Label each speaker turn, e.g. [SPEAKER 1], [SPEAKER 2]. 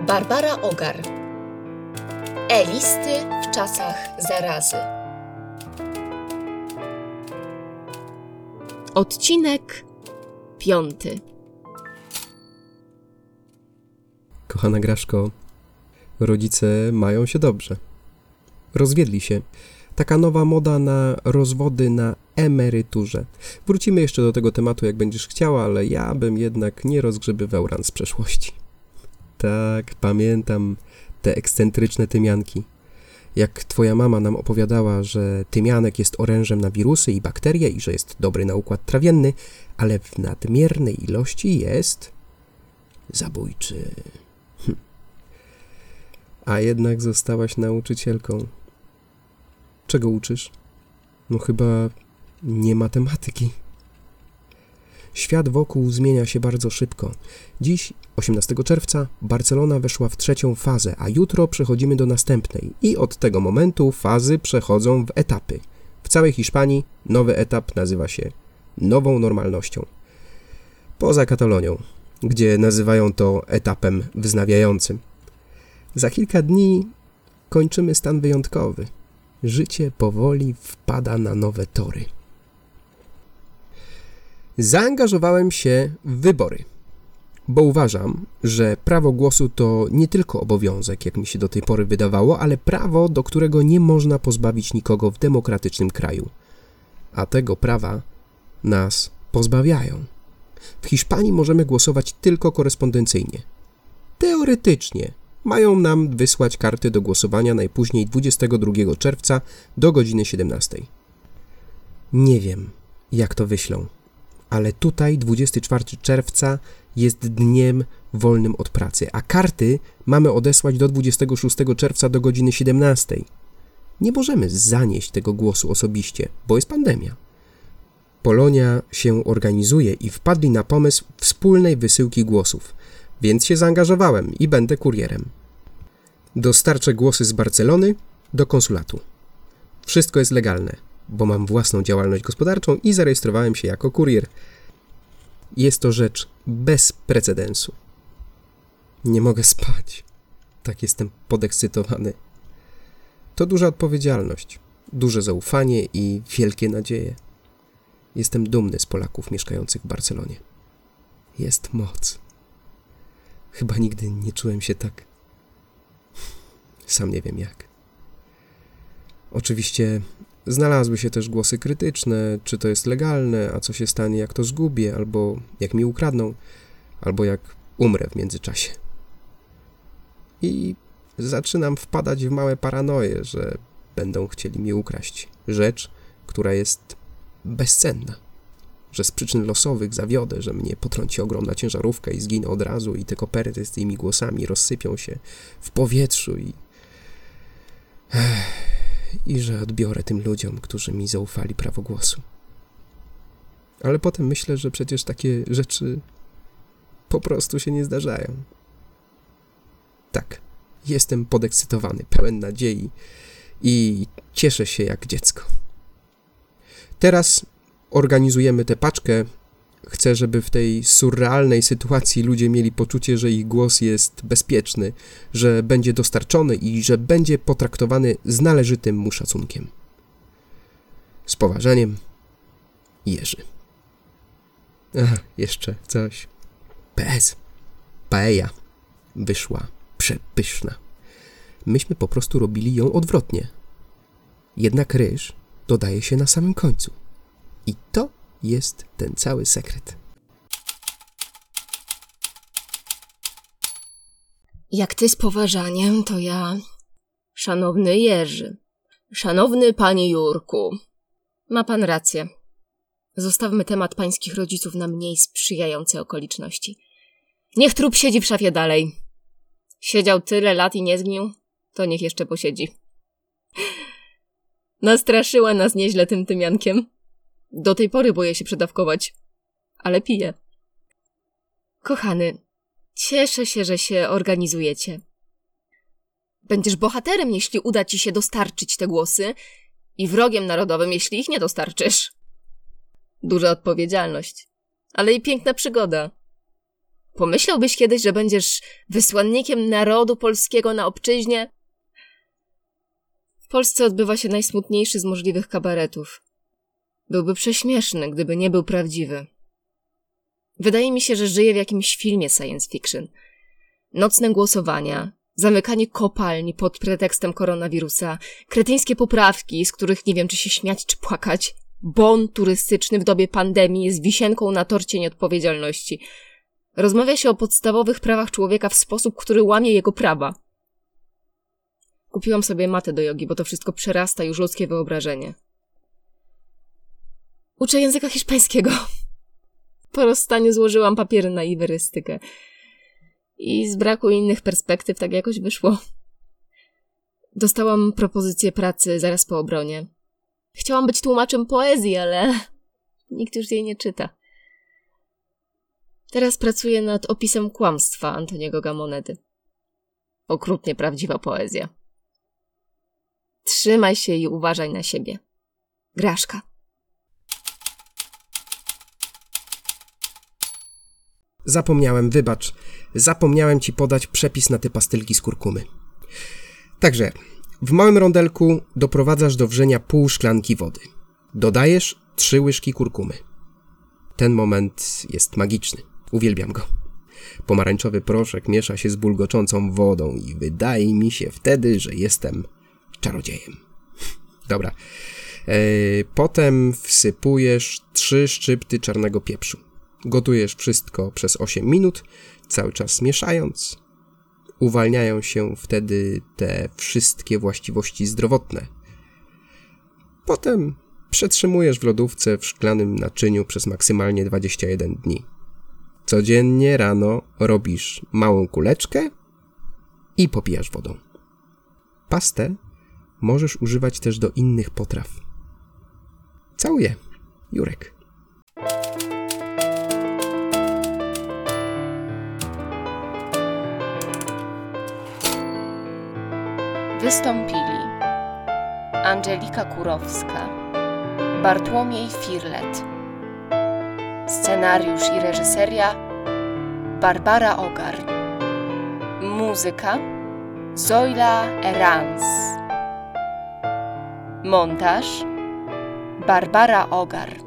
[SPEAKER 1] Barbara Ogar. E-listy w czasach zarazy. Odcinek 5.
[SPEAKER 2] Kochana Graszko, rodzice mają się dobrze. Rozwiedli się. Taka nowa moda na rozwody na emeryturze. Wrócimy jeszcze do tego tematu, jak będziesz chciała, ale ja bym jednak nie rozgrzebywał ran z przeszłości. Tak, pamiętam te ekscentryczne tymianki. Jak twoja mama nam opowiadała, że tymianek jest orężem na wirusy i bakterie i że jest dobry na układ trawienny, ale w nadmiernej ilości jest zabójczy. A jednak zostałaś nauczycielką. Czego uczysz? No chyba nie matematyki. Świat wokół zmienia się bardzo szybko. Dziś, 18 czerwca, Barcelona weszła w 3. fazę, a jutro przechodzimy do następnej. I od tego momentu fazy przechodzą w etapy. W całej Hiszpanii nowy etap nazywa się nową normalnością. Poza Katalonią, gdzie nazywają to etapem wznawiającym. Za kilka dni kończymy stan wyjątkowy. Życie powoli wpada na nowe tory. Zaangażowałem się w wybory, bo uważam, że prawo głosu to nie tylko obowiązek, jak mi się do tej pory wydawało, ale prawo, do którego nie można pozbawić nikogo w demokratycznym kraju. A tego prawa nas pozbawiają. W Hiszpanii możemy głosować tylko korespondencyjnie. Teoretycznie mają nam wysłać karty do głosowania najpóźniej 22 czerwca do godziny 17. Nie wiem, jak to wyślą, ale tutaj 24 czerwca jest dniem wolnym od pracy, a karty mamy odesłać do 26 czerwca do godziny 17. Nie możemy zanieść tego głosu osobiście, bo jest pandemia. Polonia się organizuje i wpadli na pomysł wspólnej wysyłki głosów, więc się zaangażowałem i będę kurierem. Dostarczę głosy z Barcelony do konsulatu. Wszystko jest legalne, bo mam własną działalność gospodarczą i zarejestrowałem się jako kurier. Jest to rzecz bez precedensu. Nie mogę spać. Tak jestem podekscytowany. To duża odpowiedzialność, duże zaufanie i wielkie nadzieje. Jestem dumny z Polaków mieszkających w Barcelonie. Jest moc. Chyba nigdy nie czułem się tak. Sam nie wiem jak. Oczywiście znalazły się też głosy krytyczne, czy to jest legalne, a co się stanie, jak to zgubię, albo jak mi ukradną, albo jak umrę w międzyczasie. I zaczynam wpadać w małe paranoje, że będą chcieli mi ukraść rzecz, która jest bezcenna. Że z przyczyn losowych zawiodę, że mnie potrąci ogromna ciężarówka i zginę od razu i te koperty z tymi głosami rozsypią się w powietrzu i że odbiorę tym ludziom, którzy mi zaufali prawo głosu. Ale potem myślę, że przecież takie rzeczy po prostu się nie zdarzają. Tak, jestem podekscytowany, pełen nadziei i cieszę się jak dziecko. Teraz organizujemy tę paczkę. Chcę, żeby w tej surrealnej sytuacji ludzie mieli poczucie, że ich głos jest bezpieczny, że będzie dostarczony i że będzie potraktowany z należytym mu szacunkiem. Z poważaniem, Jerzy. Jeszcze coś. PS. Paella wyszła przepyszna. Myśmy po prostu robili ją odwrotnie. Jednak ryż dodaje się na samym końcu. I to jest ten cały sekret.
[SPEAKER 1] Jak ty z poważaniem, to ja... Szanowny Jerzy, szanowny panie Jurku, ma pan rację. Zostawmy temat pańskich rodziców na mniej sprzyjające okoliczności. Niech trup siedzi w szafie dalej. Siedział tyle lat i nie zgnił, to niech jeszcze posiedzi. Nastraszyła nas nieźle tym tymiankiem. Do tej pory boję się przedawkować, ale piję. Kochany, cieszę się, że się organizujecie. Będziesz bohaterem, jeśli uda ci się dostarczyć te głosy i wrogiem narodowym, jeśli ich nie dostarczysz. Duża odpowiedzialność, ale i piękna przygoda. Pomyślałbyś kiedyś, że będziesz wysłannikiem narodu polskiego na obczyźnie? W Polsce odbywa się najsmutniejszy z możliwych kabaretów. Byłby prześmieszny, gdyby nie był prawdziwy. Wydaje mi się, że żyję w jakimś filmie science fiction. Nocne głosowania, zamykanie kopalni pod pretekstem koronawirusa, kretyńskie poprawki, z których nie wiem, czy się śmiać, czy płakać. Bon turystyczny w dobie pandemii jest wisienką na torcie nieodpowiedzialności. Rozmawia się o podstawowych prawach człowieka w sposób, który łamie jego prawa. Kupiłam sobie matę do jogi, bo to wszystko przerasta już ludzkie wyobrażenie. Uczę języka hiszpańskiego. Po rozstaniu złożyłam papiery na iwerystykę. I z braku innych perspektyw tak jakoś wyszło. Dostałam propozycję pracy zaraz po obronie. Chciałam być tłumaczem poezji, ale nikt już jej nie czyta. Teraz pracuję nad opisem kłamstwa Antoniego Gamonety. Okrutnie prawdziwa poezja. Trzymaj się i uważaj na siebie. Graszka.
[SPEAKER 2] Wybacz. Zapomniałem ci podać przepis na te pastylki z kurkumy. Także w małym rondelku doprowadzasz do wrzenia pół szklanki wody. Dodajesz 3 łyżki kurkumy. Ten moment jest magiczny. Uwielbiam go. Pomarańczowy proszek miesza się z bulgoczącą wodą i wydaje mi się wtedy, że jestem czarodziejem. Dobra. Potem wsypujesz 3 szczypty czarnego pieprzu. Gotujesz wszystko przez 8 minut, cały czas mieszając. Uwalniają się wtedy te wszystkie właściwości zdrowotne. Potem przetrzymujesz w lodówce w szklanym naczyniu przez maksymalnie 21 dni. Codziennie rano robisz małą kuleczkę i popijasz wodą. Pastę możesz używać też do innych potraw. Całuję. Jurek.
[SPEAKER 1] Wystąpili Angelika Kurowska, Bartłomiej Firlet. Scenariusz i reżyseria Barbara Ogar. Muzyka Zoila Erans. Montaż Barbara Ogar.